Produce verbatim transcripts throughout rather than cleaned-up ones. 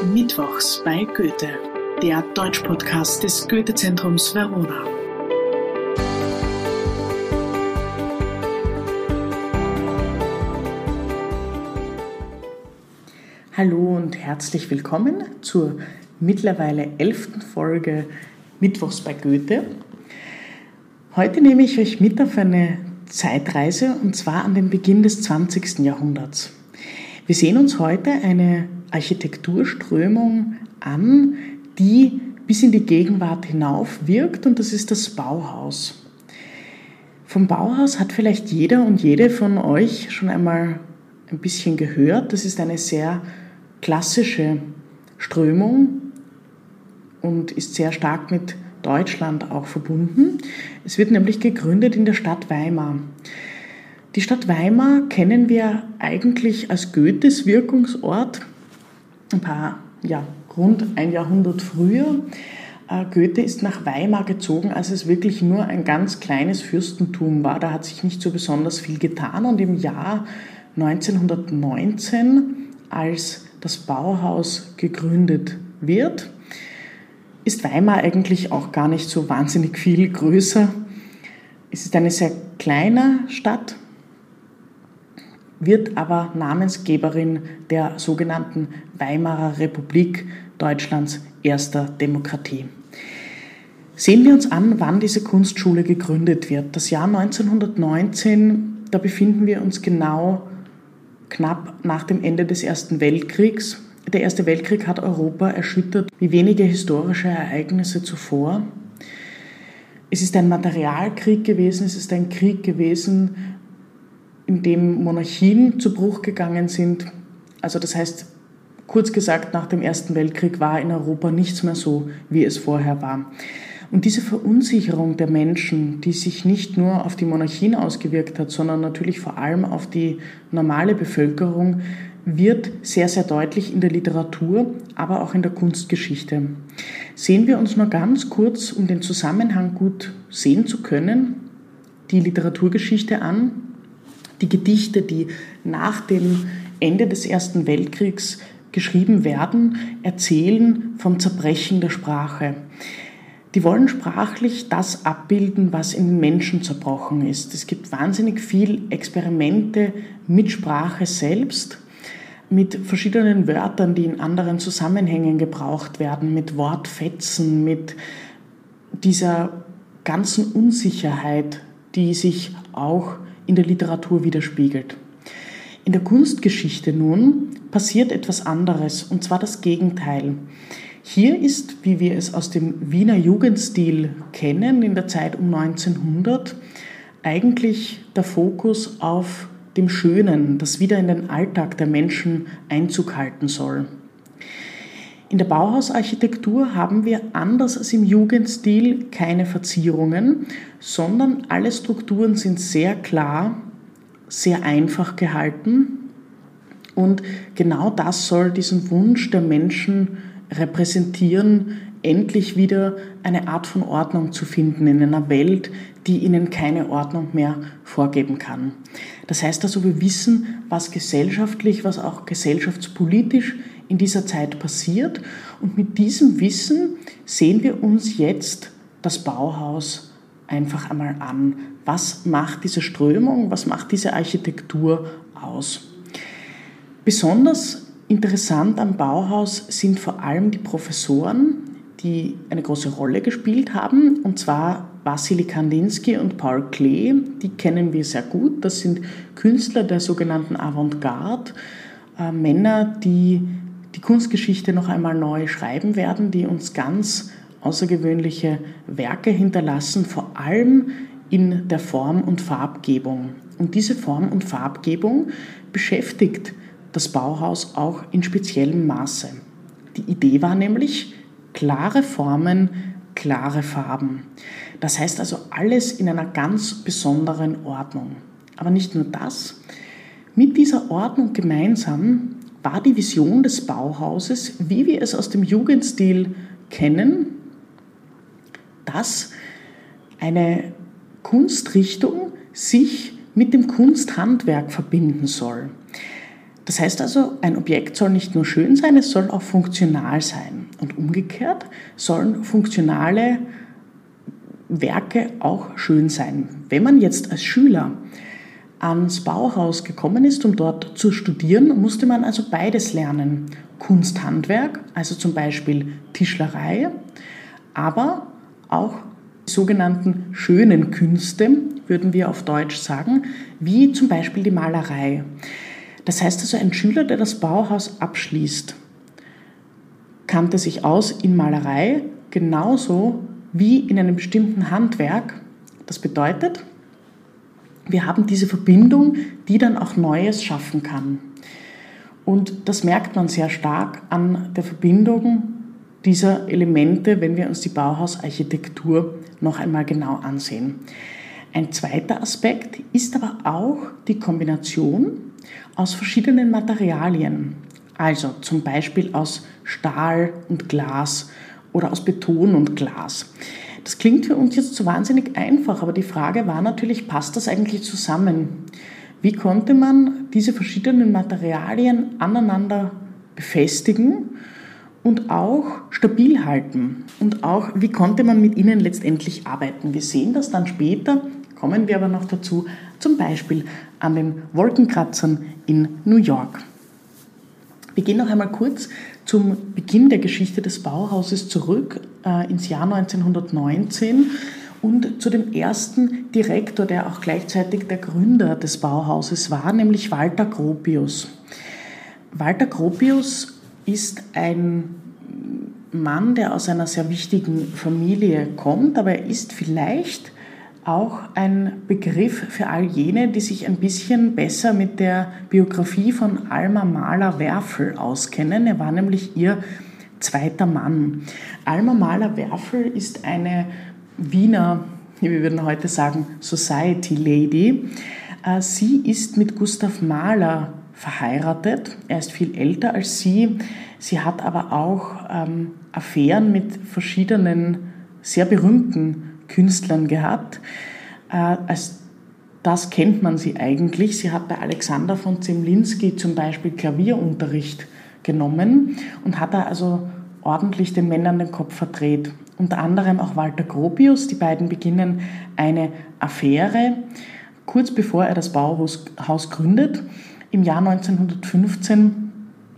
Mittwochs bei Goethe, der Deutsch-Podcast des Goethe-Zentrums Verona. Hallo und herzlich willkommen zur mittlerweile elften Folge Mittwochs bei Goethe. Heute nehme ich euch mit auf eine Zeitreise und zwar an den Beginn des zwanzigsten Jahrhunderts. Wir sehen uns heute eine Architekturströmung an, die bis in die Gegenwart hinauf wirkt, und das ist das Bauhaus. Vom Bauhaus hat vielleicht jeder und jede von euch schon einmal ein bisschen gehört. Das ist eine sehr klassische Strömung und ist sehr stark mit Deutschland auch verbunden. Es wird nämlich gegründet in der Stadt Weimar. Die Stadt Weimar kennen wir eigentlich als Goethes Wirkungsort, ein paar, ja, rund ein Jahrhundert früher. Goethe ist nach Weimar gezogen, als es wirklich nur ein ganz kleines Fürstentum war. Da hat sich nicht so besonders viel getan, und im Jahr neunzehnhundertneunzehn, als das Bauhaus gegründet wird, ist Weimar eigentlich auch gar nicht so wahnsinnig viel größer. Es ist eine sehr kleine Stadt, wird aber Namensgeberin der sogenannten Weimarer Republik, Deutschlands erster Demokratie. Sehen wir uns an, wann diese Kunstschule gegründet wird. Das Jahr neunzehnhundertneunzehn, da befinden wir uns genau knapp nach dem Ende des Ersten Weltkriegs. Der Erste Weltkrieg hat Europa erschüttert wie wenige historische Ereignisse zuvor. Es ist ein Materialkrieg gewesen, es ist ein Krieg gewesen, in dem Monarchien zu Bruch gegangen sind. Also das heißt, kurz gesagt, nach dem Ersten Weltkrieg war in Europa nichts mehr so, wie es vorher war. Und diese Verunsicherung der Menschen, die sich nicht nur auf die Monarchien ausgewirkt hat, sondern natürlich vor allem auf die normale Bevölkerung, wird sehr, sehr deutlich in der Literatur, aber auch in der Kunstgeschichte. Sehen wir uns nur ganz kurz, um den Zusammenhang gut sehen zu können, die Literaturgeschichte an. Die Gedichte, die nach dem Ende des Ersten Weltkriegs geschrieben werden, erzählen vom Zerbrechen der Sprache. Die wollen sprachlich das abbilden, was in den Menschen zerbrochen ist. Es gibt wahnsinnig viel Experimente mit Sprache selbst, mit verschiedenen Wörtern, die in anderen Zusammenhängen gebraucht werden, mit Wortfetzen, mit dieser ganzen Unsicherheit, die sich auch in der Literatur widerspiegelt. In der Kunstgeschichte nun passiert etwas anderes, und zwar das Gegenteil. Hier ist, wie wir es aus dem Wiener Jugendstil kennen, in der Zeit um neunzehnhundert, eigentlich der Fokus auf dem Schönen, das wieder in den Alltag der Menschen Einzug halten soll. In der Bauhausarchitektur haben wir, anders als im Jugendstil, keine Verzierungen, sondern alle Strukturen sind sehr klar, sehr einfach gehalten, und genau das soll diesen Wunsch der Menschen repräsentieren, endlich wieder eine Art von Ordnung zu finden in einer Welt, die ihnen keine Ordnung mehr vorgeben kann. Das heißt also, wir wissen, was gesellschaftlich, was auch gesellschaftspolitisch in dieser Zeit passiert, und mit diesem Wissen sehen wir uns jetzt das Bauhaus einfach einmal an. Was macht diese Strömung, was macht diese Architektur aus? Besonders interessant am Bauhaus sind vor allem die Professoren, die eine große Rolle gespielt haben, und zwar Wassily Kandinsky und Paul Klee. Die kennen wir sehr gut. Das sind Künstler der sogenannten Avantgarde, äh, Männer, die die Kunstgeschichte noch einmal neu schreiben werden, die uns ganz außergewöhnliche Werke hinterlassen, vor allem in der Form- und Farbgebung. Und diese Form- und Farbgebung beschäftigt das Bauhaus auch in speziellem Maße. Die Idee war nämlich klare Formen, klare Farben. Das heißt also alles in einer ganz besonderen Ordnung. Aber nicht nur das. Mit dieser Ordnung gemeinsam war die Vision des Bauhauses, wie wir es aus dem Jugendstil kennen, dass eine Kunstrichtung sich mit dem Kunsthandwerk verbinden soll. Das heißt also, ein Objekt soll nicht nur schön sein, es soll auch funktional sein. Und umgekehrt sollen funktionale Werke auch schön sein. Wenn man jetzt als Schüler ans Bauhaus gekommen ist, um dort zu studieren, musste man also beides lernen. Kunsthandwerk, also zum Beispiel Tischlerei, aber auch die sogenannten schönen Künste, würden wir auf Deutsch sagen, wie zum Beispiel die Malerei. Das heißt also, ein Schüler, der das Bauhaus abschließt, kannte sich aus in Malerei genauso wie in einem bestimmten Handwerk. Das bedeutet, wir haben diese Verbindung, die dann auch Neues schaffen kann. Und das merkt man sehr stark an der Verbindung dieser Elemente, wenn wir uns die Bauhausarchitektur noch einmal genau ansehen. Ein zweiter Aspekt ist aber auch die Kombination aus verschiedenen Materialien, also zum Beispiel aus Stahl und Glas oder aus Beton und Glas. Das klingt für uns jetzt so wahnsinnig einfach, aber die Frage war natürlich, passt das eigentlich zusammen? Wie konnte man diese verschiedenen Materialien aneinander befestigen und auch stabil halten? Und auch, wie konnte man mit ihnen letztendlich arbeiten? Wir sehen das dann später, kommen wir aber noch dazu, zum Beispiel an den Wolkenkratzern in New York. Wir gehen noch einmal kurz zum Beginn der Geschichte des Bauhauses zurück, äh, ins Jahr neunzehnhundertneunzehn und zu dem ersten Direktor, der auch gleichzeitig der Gründer des Bauhauses war, nämlich Walter Gropius. Walter Gropius ist ein Mann, der aus einer sehr wichtigen Familie kommt, aber er ist vielleicht auch ein Begriff für all jene, die sich ein bisschen besser mit der Biografie von Alma Mahler-Werfel auskennen. Er war nämlich ihr zweiter Mann. Alma Mahler-Werfel ist eine Wiener, wir würden heute sagen, Society Lady. Sie ist mit Gustav Mahler verheiratet. Er ist viel älter als sie. Sie hat aber auch ähm, Affären mit verschiedenen sehr berühmten Künstlern gehabt. Äh, als das kennt man sie eigentlich. Sie hat bei Alexander von Zemlinsky zum Beispiel Klavierunterricht genommen und hat da also ordentlich den Männern den Kopf verdreht. Unter anderem auch Walter Gropius. Die beiden beginnen eine Affäre, kurz bevor er das Bauhaus gründet. Im Jahr neunzehnhundertfünfzehn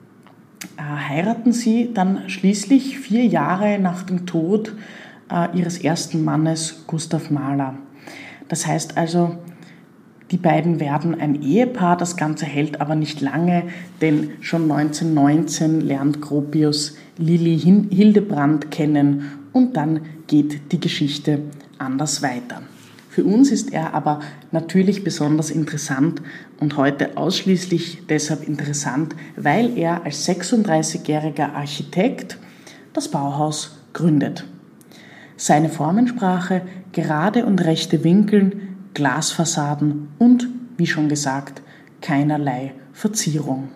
äh, heiraten sie dann schließlich vier Jahre nach dem Tod ihres ersten Mannes Gustav Mahler. Das heißt also, die beiden werden ein Ehepaar, das Ganze hält aber nicht lange, denn schon neunzehnhundertneunzehn lernt Gropius Lili Hildebrandt kennen und dann geht die Geschichte anders weiter. Für uns ist er aber natürlich besonders interessant und heute ausschließlich deshalb interessant, weil er als sechsunddreißigjähriger Architekt das Bauhaus gründet. Seine Formensprache, gerade und rechte Winkel, Glasfassaden und, wie schon gesagt, keinerlei Verzierung.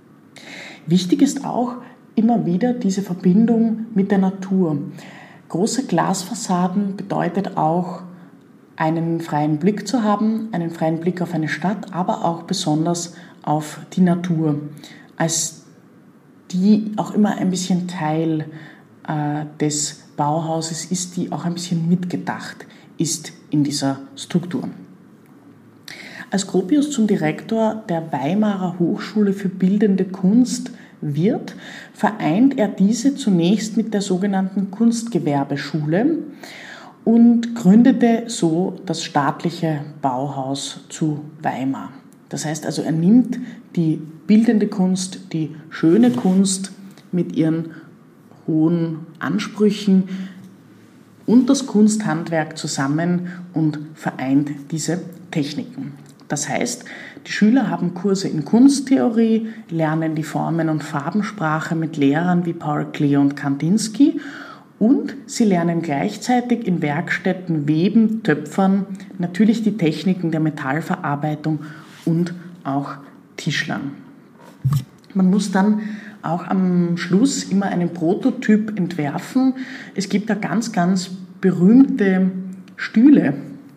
Wichtig ist auch immer wieder diese Verbindung mit der Natur. Große Glasfassaden bedeutet auch, einen freien Blick zu haben, einen freien Blick auf eine Stadt, aber auch besonders auf die Natur, als die auch immer ein bisschen Teil äh, des Bauhauses ist, die auch ein bisschen mitgedacht ist in dieser Struktur. Als Gropius zum Direktor der Weimarer Hochschule für Bildende Kunst wird, vereint er diese zunächst mit der sogenannten Kunstgewerbeschule und gründete so das staatliche Bauhaus zu Weimar. Das heißt also, er nimmt die bildende Kunst, die schöne Kunst mit ihren hohen Ansprüchen und das Kunsthandwerk zusammen und vereint diese Techniken. Das heißt, die Schüler haben Kurse in Kunsttheorie, lernen die Formen- und Farbensprache mit Lehrern wie Paul Klee und Kandinsky und sie lernen gleichzeitig in Werkstätten Weben, Töpfern, natürlich die Techniken der Metallverarbeitung und auch Tischlern. Man muss dann auch am Schluss immer einen Prototyp entwerfen. Es gibt da ganz, ganz berühmte Stühle,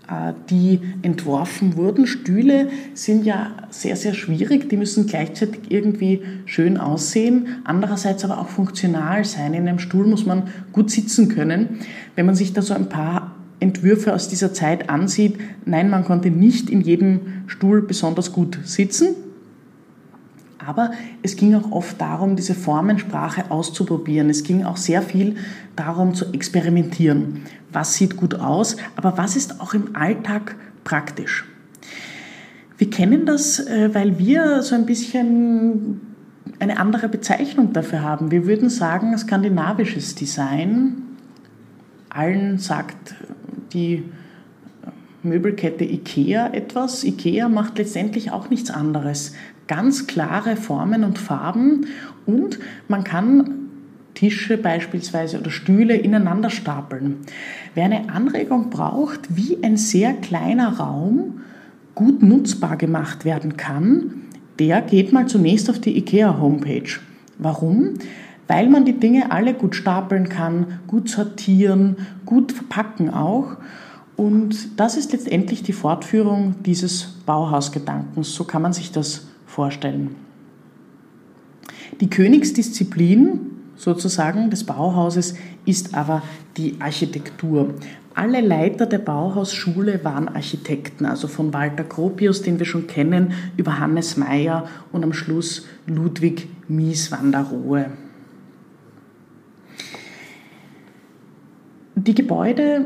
die entworfen wurden. Stühle sind ja sehr, sehr schwierig, die müssen gleichzeitig irgendwie schön aussehen, andererseits aber auch funktional sein. In einem Stuhl muss man gut sitzen können. Wenn man sich da so ein paar Entwürfe aus dieser Zeit ansieht, nein, man konnte nicht in jedem Stuhl besonders gut sitzen. Aber es ging auch oft darum, diese Formensprache auszuprobieren. Es ging auch sehr viel darum zu experimentieren. Was sieht gut aus, aber was ist auch im Alltag praktisch? Wir kennen das, weil wir so ein bisschen eine andere Bezeichnung dafür haben. Wir würden sagen, skandinavisches Design. Allen sagt die Möbelkette IKEA etwas. IKEA macht letztendlich auch nichts anderes. Ganz klare Formen und Farben und man kann Tische beispielsweise oder Stühle ineinander stapeln. Wer eine Anregung braucht, wie ein sehr kleiner Raum gut nutzbar gemacht werden kann, der geht mal zunächst auf die IKEA-Homepage. Warum? Weil man die Dinge alle gut stapeln kann, gut sortieren, gut verpacken auch. Und das ist letztendlich die Fortführung dieses Bauhausgedankens. So kann man sich das vorstellen. Die Königsdisziplin sozusagen des Bauhauses ist aber die Architektur. Alle Leiter der Bauhausschule waren Architekten, also von Walter Gropius, den wir schon kennen, über Hannes Meyer und am Schluss Ludwig Mies van der Rohe. Die Gebäude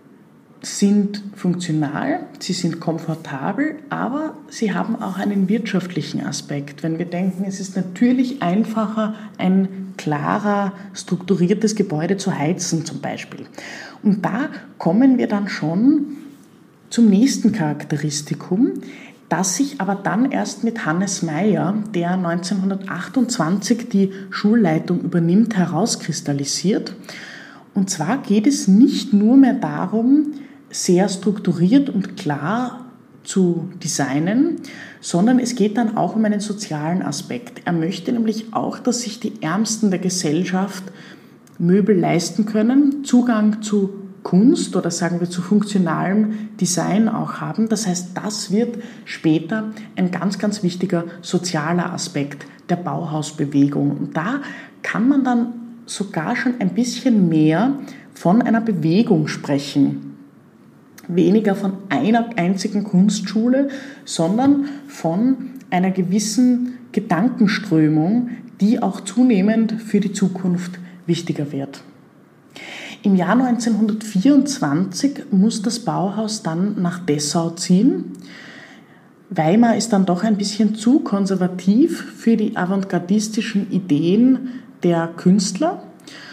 sind funktional, sie sind komfortabel, aber sie haben auch einen wirtschaftlichen Aspekt. Wenn wir denken, es ist natürlich einfacher, ein klarer, strukturiertes Gebäude zu heizen zum Beispiel. Und da kommen wir dann schon zum nächsten Charakteristikum, das sich aber dann erst mit Hannes Meyer, der neunzehnhundertachtundzwanzig die Schulleitung übernimmt, herauskristallisiert. Und zwar geht es nicht nur mehr darum, sehr strukturiert und klar zu designen, sondern es geht dann auch um einen sozialen Aspekt. Er möchte nämlich auch, dass sich die Ärmsten der Gesellschaft Möbel leisten können, Zugang zu Kunst oder sagen wir zu funktionalem Design auch haben. Das heißt, das wird später ein ganz, ganz wichtiger sozialer Aspekt der Bauhausbewegung. Und da kann man dann sogar schon ein bisschen mehr von einer Bewegung sprechen. Weniger von einer einzigen Kunstschule, sondern von einer gewissen Gedankenströmung, die auch zunehmend für die Zukunft wichtiger wird. Im Jahr neunzehnhundertvierundzwanzig muss das Bauhaus dann nach Dessau ziehen. Weimar ist dann doch ein bisschen zu konservativ für die avantgardistischen Ideen der Künstler.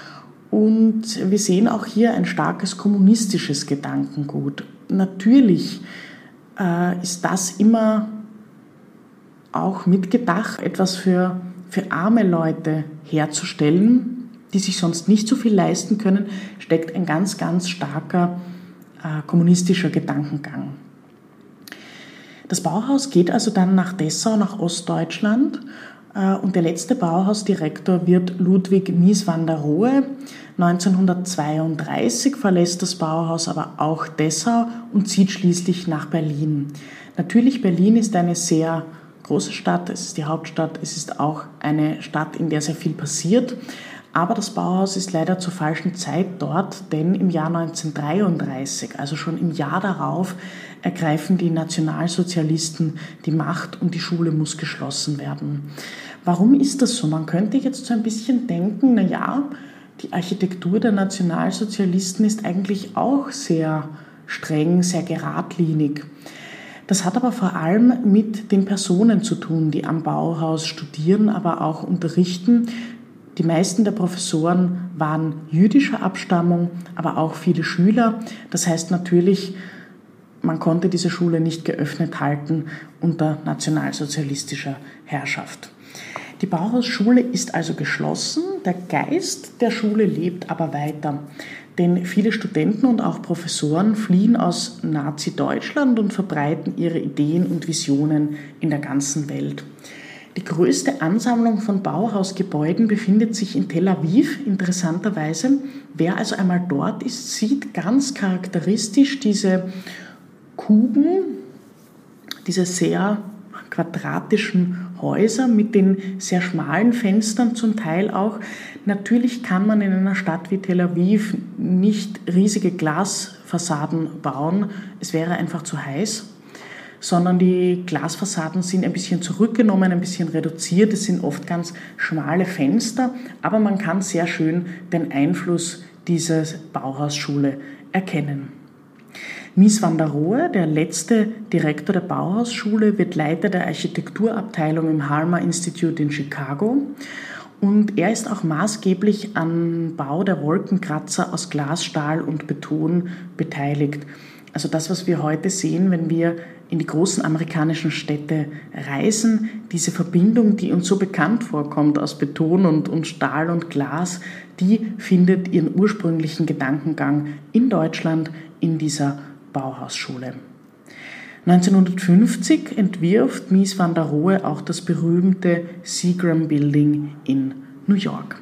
Und wir sehen auch hier ein starkes kommunistisches Gedankengut. Natürlich äh, ist das immer auch mitgedacht, etwas für, für arme Leute herzustellen, die sich sonst nicht so viel leisten können, steckt ein ganz, ganz starker äh, kommunistischer Gedankengang. Das Bauhaus geht also dann nach Dessau, nach Ostdeutschland. Und der letzte Bauhausdirektor wird Ludwig Mies van der Rohe. neunzehnhundertzweiunddreißig verlässt das Bauhaus aber auch Dessau und zieht schließlich nach Berlin. Natürlich, Berlin ist eine sehr große Stadt, es ist die Hauptstadt, es ist auch eine Stadt, in der sehr viel passiert. Aber das Bauhaus ist leider zur falschen Zeit dort, denn im Jahr neunzehnhundertdreiunddreißig, also schon im Jahr darauf, ergreifen die Nationalsozialisten die Macht und die Schule muss geschlossen werden. Warum ist das so? Man könnte jetzt so ein bisschen denken, na ja, die Architektur der Nationalsozialisten ist eigentlich auch sehr streng, sehr geradlinig. Das hat aber vor allem mit den Personen zu tun, die am Bauhaus studieren, aber auch unterrichten. Die meisten der Professoren waren jüdischer Abstammung, aber auch viele Schüler. Das heißt natürlich, man konnte diese Schule nicht geöffnet halten unter nationalsozialistischer Herrschaft. Die Bauhausschule ist also geschlossen, der Geist der Schule lebt aber weiter. Denn viele Studenten und auch Professoren fliehen aus Nazi-Deutschland und verbreiten ihre Ideen und Visionen in der ganzen Welt. Die größte Ansammlung von Bauhausgebäuden befindet sich in Tel Aviv, interessanterweise. Wer also einmal dort ist, sieht ganz charakteristisch diese Kuben, diese sehr quadratischen Häuser mit den sehr schmalen Fenstern zum Teil auch. Natürlich kann man in einer Stadt wie Tel Aviv nicht riesige Glasfassaden bauen, es wäre einfach zu heiß, sondern die Glasfassaden sind ein bisschen zurückgenommen, ein bisschen reduziert, es sind oft ganz schmale Fenster, aber man kann sehr schön den Einfluss dieser Bauhausschule erkennen. Mies van der Rohe, der letzte Direktor der Bauhausschule, wird Leiter der Architekturabteilung im Harmer Institute in Chicago und er ist auch maßgeblich am Bau der Wolkenkratzer aus Glas, Stahl und Beton beteiligt. Also das, was wir heute sehen, wenn wir in die großen amerikanischen Städte reisen, diese Verbindung, die uns so bekannt vorkommt aus Beton und, und Stahl und Glas, die findet ihren ursprünglichen Gedankengang in Deutschland in dieser Bauhausschule. neunzehnhundertfünfzig entwirft Mies van der Rohe auch das berühmte Seagram Building in New York.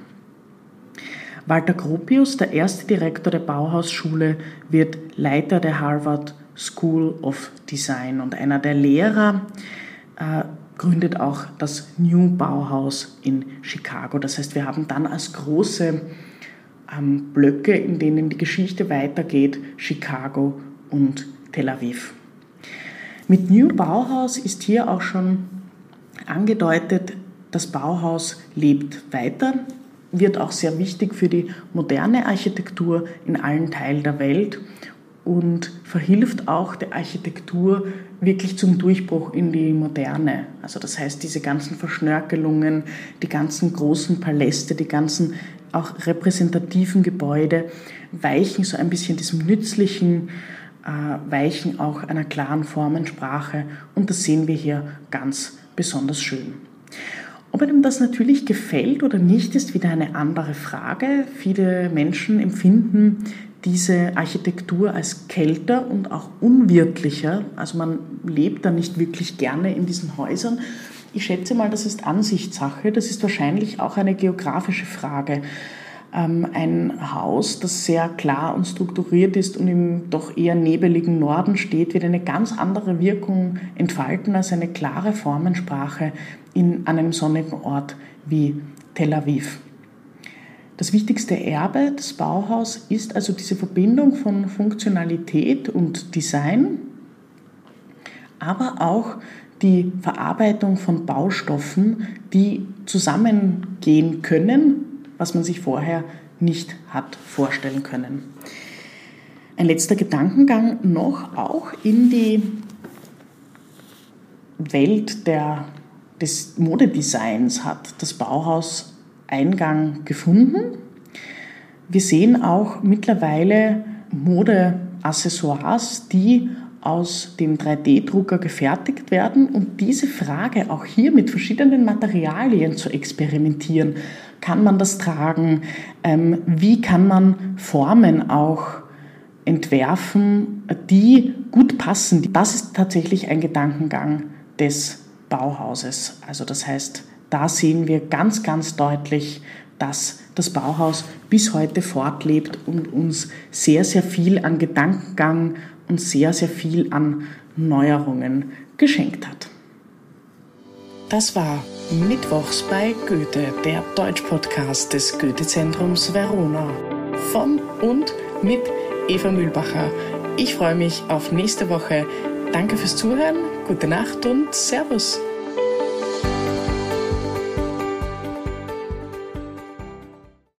Walter Gropius, der erste Direktor der Bauhausschule, wird Leiter der Harvard School of Design und einer der Lehrer äh, gründet auch das New Bauhaus in Chicago. Das heißt, wir haben dann als große ähm, Blöcke, in denen die Geschichte weitergeht, Chicago und Tel Aviv. Mit New Bauhaus ist hier auch schon angedeutet, das Bauhaus lebt weiter, wird auch sehr wichtig für die moderne Architektur in allen Teilen der Welt und verhilft auch der Architektur wirklich zum Durchbruch in die Moderne. Also das heißt, diese ganzen Verschnörkelungen, die ganzen großen Paläste, die ganzen auch repräsentativen Gebäude weichen so ein bisschen diesem Nützlichen, äh, weichen auch einer klaren Formensprache und das sehen wir hier ganz besonders schön. Ob einem das natürlich gefällt oder nicht, ist wieder eine andere Frage. Viele Menschen empfinden diese Architektur als kälter und auch unwirtlicher. Also man lebt da nicht wirklich gerne in diesen Häusern. Ich schätze mal, das ist Ansichtssache. Das ist wahrscheinlich auch eine geografische Frage. Ein Haus, das sehr klar und strukturiert ist und im doch eher nebeligen Norden steht, wird eine ganz andere Wirkung entfalten als eine klare Formensprache in einem sonnigen Ort wie Tel Aviv. Das wichtigste Erbe des Bauhaus ist also diese Verbindung von Funktionalität und Design, aber auch die Verarbeitung von Baustoffen, die zusammengehen können, was man sich vorher nicht hat vorstellen können. Ein letzter Gedankengang noch, auch in die Welt der, des Modedesigns hat das Bauhaus Eingang gefunden. Wir sehen auch mittlerweile Modeaccessoires, die aus dem drei D Drucker gefertigt werden und diese Frage auch hier mit verschiedenen Materialien zu experimentieren. Kann man das tragen? Ähm, wie kann man Formen auch entwerfen, die gut passen? Das ist tatsächlich ein Gedankengang des Bauhauses. Also das heißt, da sehen wir ganz, ganz deutlich, dass das Bauhaus bis heute fortlebt und uns sehr, sehr viel an Gedankengang und sehr, sehr viel an Neuerungen geschenkt hat. Das war Mittwochs bei Goethe, der Deutsch-Podcast des Goethe-Zentrums Verona. Von und mit Eva Mühlbacher. Ich freue mich auf nächste Woche. Danke fürs Zuhören, gute Nacht und Servus.